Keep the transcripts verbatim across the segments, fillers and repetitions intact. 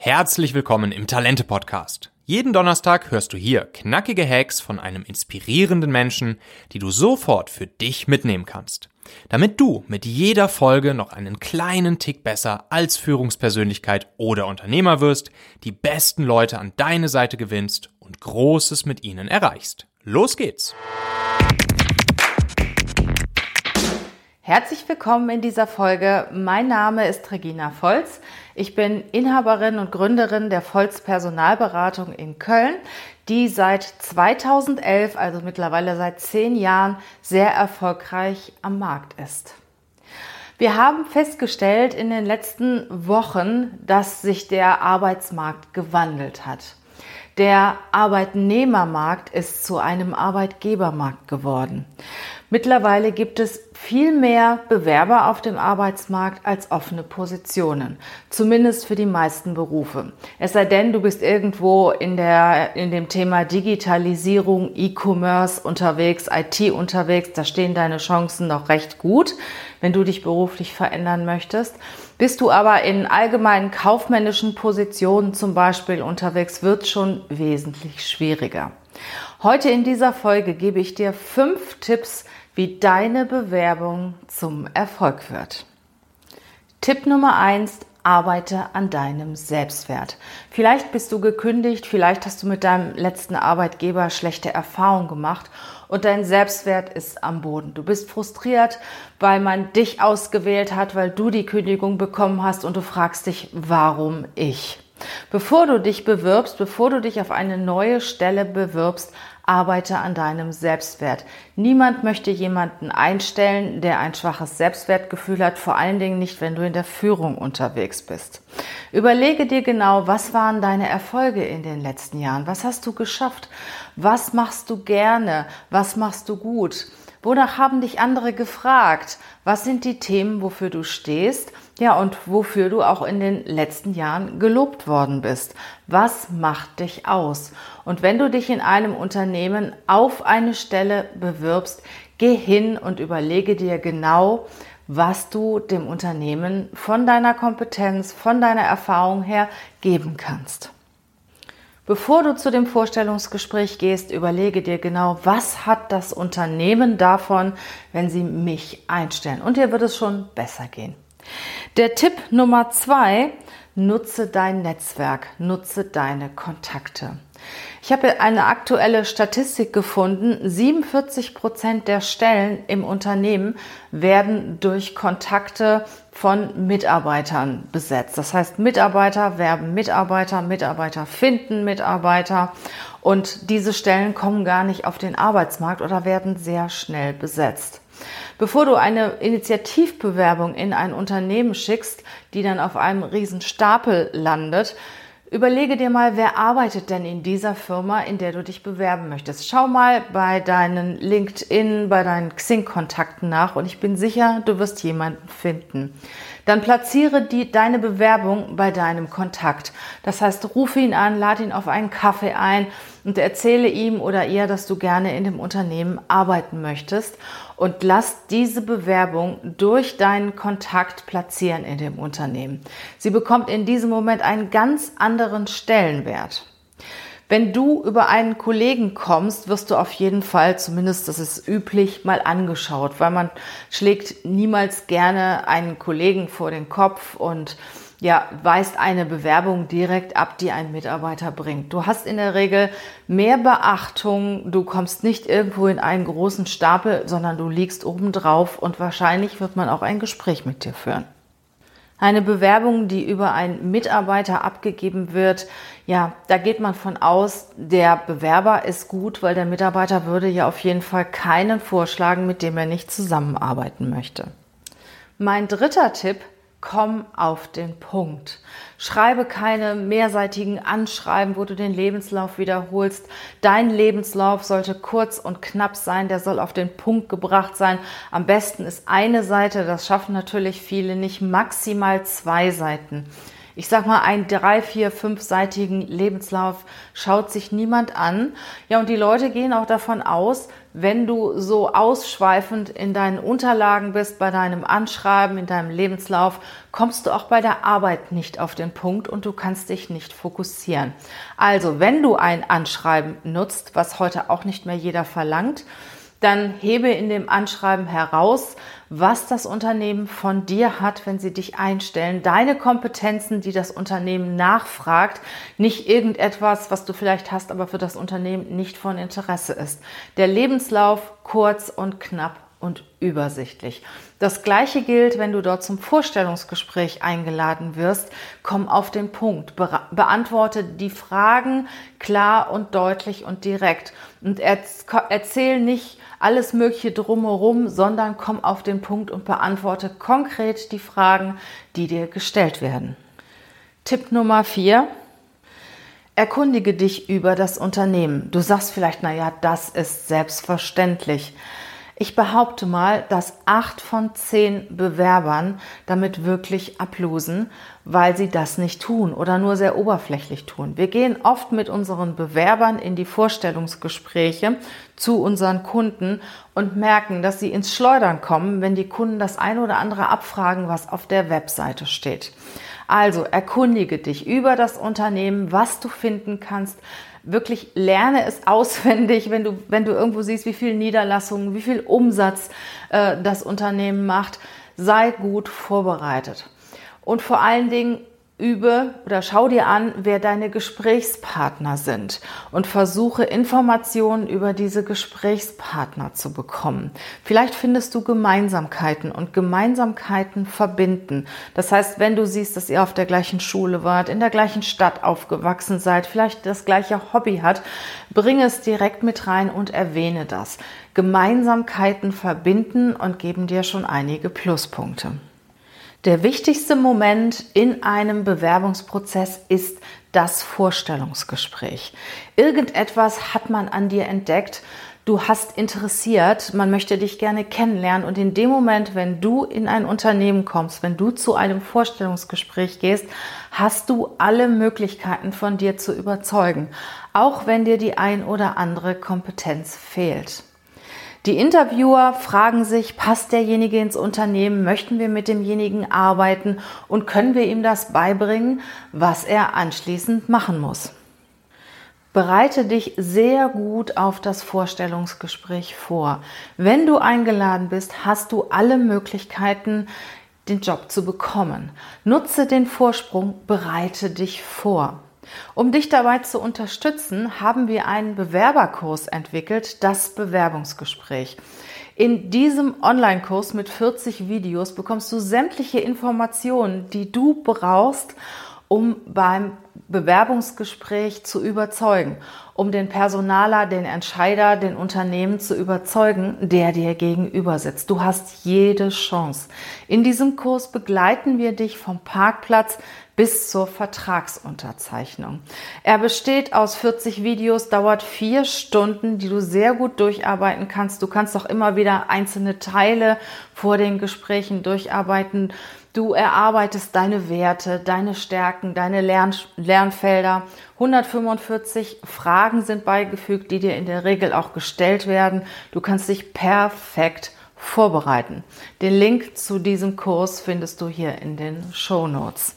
Herzlich willkommen im Talente-Podcast. Jeden Donnerstag hörst du hier knackige Hacks von einem inspirierenden Menschen, die du sofort für dich mitnehmen kannst. Damit du mit jeder Folge noch einen kleinen Tick besser als Führungspersönlichkeit oder Unternehmer wirst, die besten Leute an deine Seite gewinnst und Großes mit ihnen erreichst. Los geht's! Herzlich willkommen in dieser Folge. Mein Name ist Regina Volz. Ich bin Inhaberin und Gründerin der Volz Personalberatung in Köln, die seit zweitausendelf, also mittlerweile seit zehn Jahren, sehr erfolgreich am Markt ist. Wir haben festgestellt in den letzten Wochen, dass sich der Arbeitsmarkt gewandelt hat. Der Arbeitnehmermarkt ist zu einem Arbeitgebermarkt geworden. Mittlerweile gibt es viel mehr Bewerber auf dem Arbeitsmarkt als offene Positionen, zumindest für die meisten Berufe. Es sei denn, du bist irgendwo in der, in dem Thema Digitalisierung, E-Commerce unterwegs, I T unterwegs, da stehen deine Chancen noch recht gut, wenn du dich beruflich verändern möchtest. Bist du aber in allgemeinen kaufmännischen Positionen zum Beispiel unterwegs, wird es schon wesentlich schwieriger. Heute in dieser Folge gebe ich dir fünf Tipps, wie deine Bewerbung zum Erfolg wird. Tipp Nummer eins: Arbeite an deinem Selbstwert. Vielleicht bist du gekündigt, vielleicht hast du mit deinem letzten Arbeitgeber schlechte Erfahrungen gemacht und dein Selbstwert ist am Boden. Du bist frustriert, weil man dich ausgewählt hat, weil du die Kündigung bekommen hast und du fragst dich, warum ich? Bevor du dich bewirbst, bevor du dich auf eine neue Stelle bewirbst, arbeite an deinem Selbstwert. Niemand möchte jemanden einstellen, der ein schwaches Selbstwertgefühl hat, vor allen Dingen nicht, wenn du in der Führung unterwegs bist. Überlege dir genau, was waren deine Erfolge in den letzten Jahren? Was hast du geschafft? Was machst du gerne? Was machst du gut? Wonach haben dich andere gefragt? Was sind die Themen, wofür du stehst? Ja, und wofür du auch in den letzten Jahren gelobt worden bist? Was macht dich aus? Und wenn du dich in einem Unternehmen auf eine Stelle bewirbst, geh hin und überlege dir genau, was du dem Unternehmen von deiner Kompetenz, von deiner Erfahrung her geben kannst. Bevor du zu dem Vorstellungsgespräch gehst, überlege dir genau, was hat das Unternehmen davon, wenn sie mich einstellen. Und dir wird es schon besser gehen. Der Tipp Nummer zwei: Nutze dein Netzwerk, nutze deine Kontakte. Ich habe eine aktuelle Statistik gefunden. siebenundvierzig Prozent der Stellen im Unternehmen werden durch Kontakte von Mitarbeitern besetzt. Das heißt, Mitarbeiter werben Mitarbeiter, Mitarbeiter finden Mitarbeiter und diese Stellen kommen gar nicht auf den Arbeitsmarkt oder werden sehr schnell besetzt. Bevor du eine Initiativbewerbung in ein Unternehmen schickst, die dann auf einem riesen Stapel landet, überlege dir mal, wer arbeitet denn in dieser Firma, in der du dich bewerben möchtest. Schau mal bei deinen LinkedIn, bei deinen Xing-Kontakten nach und ich bin sicher, du wirst jemanden finden. Dann platziere die, deine Bewerbung bei deinem Kontakt. Das heißt, rufe ihn an, lade ihn auf einen Kaffee ein und erzähle ihm oder ihr, dass du gerne in dem Unternehmen arbeiten möchtest und lass diese Bewerbung durch deinen Kontakt platzieren in dem Unternehmen. Sie bekommt in diesem Moment einen ganz anderen Stellenwert. Wenn du über einen Kollegen kommst, wirst du auf jeden Fall, zumindest das ist üblich, mal angeschaut, weil man schlägt niemals gerne einen Kollegen vor den Kopf und ja, weist eine Bewerbung direkt ab, die ein Mitarbeiter bringt. Du hast in der Regel mehr Beachtung, du kommst nicht irgendwo in einen großen Stapel, sondern du liegst obendrauf und wahrscheinlich wird man auch ein Gespräch mit dir führen. Eine Bewerbung, die über einen Mitarbeiter abgegeben wird, ja, da geht man von aus, der Bewerber ist gut, weil der Mitarbeiter würde ja auf jeden Fall keinen vorschlagen, mit dem er nicht zusammenarbeiten möchte. Mein dritter Tipp: Komm auf den Punkt. Schreibe keine mehrseitigen Anschreiben, wo du den Lebenslauf wiederholst. Dein Lebenslauf sollte kurz und knapp sein, der soll auf den Punkt gebracht sein. Am besten ist eine Seite, das schaffen natürlich viele nicht, maximal zwei Seiten. Ich sag mal, einen drei-, vier-, fünfseitigen Lebenslauf schaut sich niemand an. Ja, und die Leute gehen auch davon aus, wenn du so ausschweifend in deinen Unterlagen bist, bei deinem Anschreiben, in deinem Lebenslauf, kommst du auch bei der Arbeit nicht auf den Punkt und du kannst dich nicht fokussieren. Also, wenn du ein Anschreiben nutzt, was heute auch nicht mehr jeder verlangt, dann hebe in dem Anschreiben heraus, was das Unternehmen von dir hat, wenn sie dich einstellen. Deine Kompetenzen, die das Unternehmen nachfragt, nicht irgendetwas, was du vielleicht hast, aber für das Unternehmen nicht von Interesse ist. Der Lebenslauf kurz und knapp und übersichtlich. Das Gleiche gilt, wenn du dort zum Vorstellungsgespräch eingeladen wirst. Komm auf den Punkt, be- beantworte die Fragen klar und deutlich und direkt und erz- erzähl nicht alles Mögliche drumherum, sondern komm auf den Punkt und beantworte konkret die Fragen, die dir gestellt werden. Tipp Nummer vier. Erkundige dich über das Unternehmen. Du sagst vielleicht, naja, das ist selbstverständlich. Ich behaupte mal, dass acht von zehn Bewerbern damit wirklich ablosen, weil sie das nicht tun oder nur sehr oberflächlich tun. Wir gehen oft mit unseren Bewerbern in die Vorstellungsgespräche zu unseren Kunden und merken, dass sie ins Schleudern kommen, wenn die Kunden das eine oder andere abfragen, was auf der Webseite steht. Also erkundige dich über das Unternehmen, was du finden kannst. Wirklich lerne es auswendig, wenn du, wenn du irgendwo siehst, wie viel Niederlassungen, wie viel Umsatz äh, das Unternehmen macht. Sei gut vorbereitet. Und vor allen Dingen übe oder schau dir an, wer deine Gesprächspartner sind und versuche Informationen über diese Gesprächspartner zu bekommen. Vielleicht findest du Gemeinsamkeiten und Gemeinsamkeiten verbinden. Das heißt, wenn du siehst, dass ihr auf der gleichen Schule wart, in der gleichen Stadt aufgewachsen seid, vielleicht das gleiche Hobby hat, bringe es direkt mit rein und erwähne das. Gemeinsamkeiten verbinden und geben dir schon einige Pluspunkte. Der wichtigste Moment in einem Bewerbungsprozess ist das Vorstellungsgespräch. Irgendetwas hat man an dir entdeckt, du hast interessiert, man möchte dich gerne kennenlernen und in dem Moment, wenn du in ein Unternehmen kommst, wenn du zu einem Vorstellungsgespräch gehst, hast du alle Möglichkeiten von dir zu überzeugen, auch wenn dir die ein oder andere Kompetenz fehlt. Die Interviewer fragen sich, passt derjenige ins Unternehmen, möchten wir mit demjenigen arbeiten und können wir ihm das beibringen, was er anschließend machen muss. Bereite dich sehr gut auf das Vorstellungsgespräch vor. Wenn du eingeladen bist, hast du alle Möglichkeiten, den Job zu bekommen. Nutze den Vorsprung, bereite dich vor. Um dich dabei zu unterstützen, haben wir einen Bewerberkurs entwickelt, das Bewerbungsgespräch. In diesem Online-Kurs mit vierzig Videos bekommst du sämtliche Informationen, die du brauchst, um beim Bewerbungsgespräch zu überzeugen, um den Personaler, den Entscheider, den Unternehmen zu überzeugen, der dir gegenüber sitzt. Du hast jede Chance. In diesem Kurs begleiten wir dich vom Parkplatz bis zur Vertragsunterzeichnung. Er besteht aus vierzig Videos, dauert vier Stunden, die du sehr gut durcharbeiten kannst. Du kannst auch immer wieder einzelne Teile vor den Gesprächen durcharbeiten. Du erarbeitest deine Werte, deine Stärken, deine Lern- Lernfelder. hundertfünfundvierzig Fragen sind beigefügt, die dir in der Regel auch gestellt werden. Du kannst dich perfekt vorbereiten. Den Link zu diesem Kurs findest du hier in den Shownotes.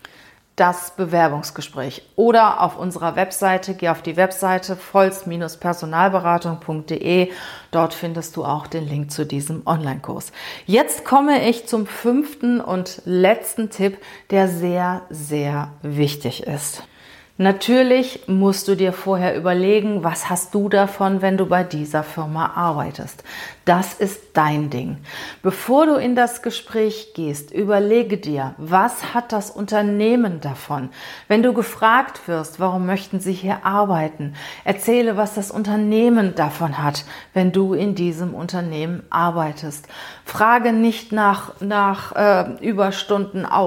Das Bewerbungsgespräch oder auf unserer Webseite, geh auf die Webseite volz Bindestrich personalberatung punkt de, dort findest du auch den Link zu diesem Online-Kurs. Jetzt komme ich zum fünften und letzten Tipp, der sehr, sehr wichtig ist. Natürlich musst du dir vorher überlegen, was hast du davon, wenn du bei dieser Firma arbeitest. Das ist dein Ding. Bevor du in das Gespräch gehst, überlege dir, was hat das Unternehmen davon? Wenn du gefragt wirst, warum möchten sie hier arbeiten, erzähle, was das Unternehmen davon hat, wenn du in diesem Unternehmen arbeitest. Frage nicht nach, nach äh,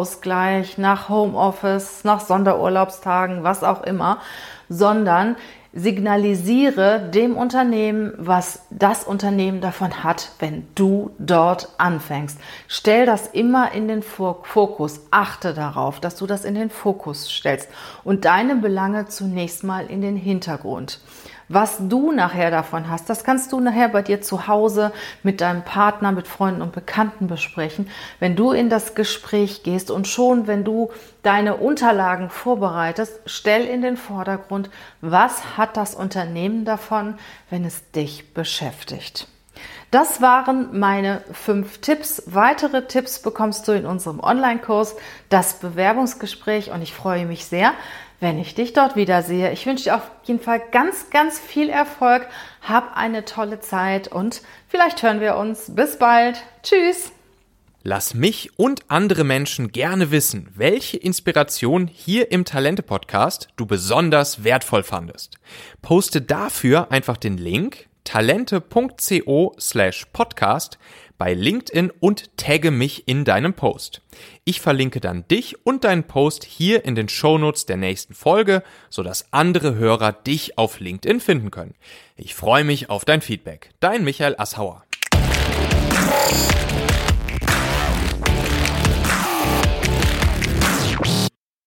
Überstundenausgleich, nach Homeoffice, nach Sonderurlaubstagen, was auch immer, sondern signalisiere dem Unternehmen, was das Unternehmen davon hat, wenn du dort anfängst. Stell das immer in den Fokus. Achte darauf, dass du das in den Fokus stellst und deine Belange zunächst mal in den Hintergrund. Was du nachher davon hast, das kannst du nachher bei dir zu Hause mit deinem Partner, mit Freunden und Bekannten besprechen, wenn du in das Gespräch gehst. Und schon, wenn du deine Unterlagen vorbereitest, stell in den Vordergrund, was hat das Unternehmen davon, wenn es dich beschäftigt. Das waren meine fünf Tipps. Weitere Tipps bekommst du in unserem Online-Kurs, das Bewerbungsgespräch, und ich freue mich sehr, wenn ich dich dort wiedersehe. Ich wünsche dir auf jeden Fall ganz, ganz viel Erfolg. Hab eine tolle Zeit und vielleicht hören wir uns. Bis bald. Tschüss. Lass mich und andere Menschen gerne wissen, welche Inspiration hier im Talente-Podcast du besonders wertvoll fandest. Poste dafür einfach den Link talente.co slash podcast bei LinkedIn und tagge mich in deinem Post. Ich verlinke dann dich und deinen Post hier in den Shownotes der nächsten Folge, sodass andere Hörer dich auf LinkedIn finden können. Ich freue mich auf dein Feedback. Dein Michael Asshauer.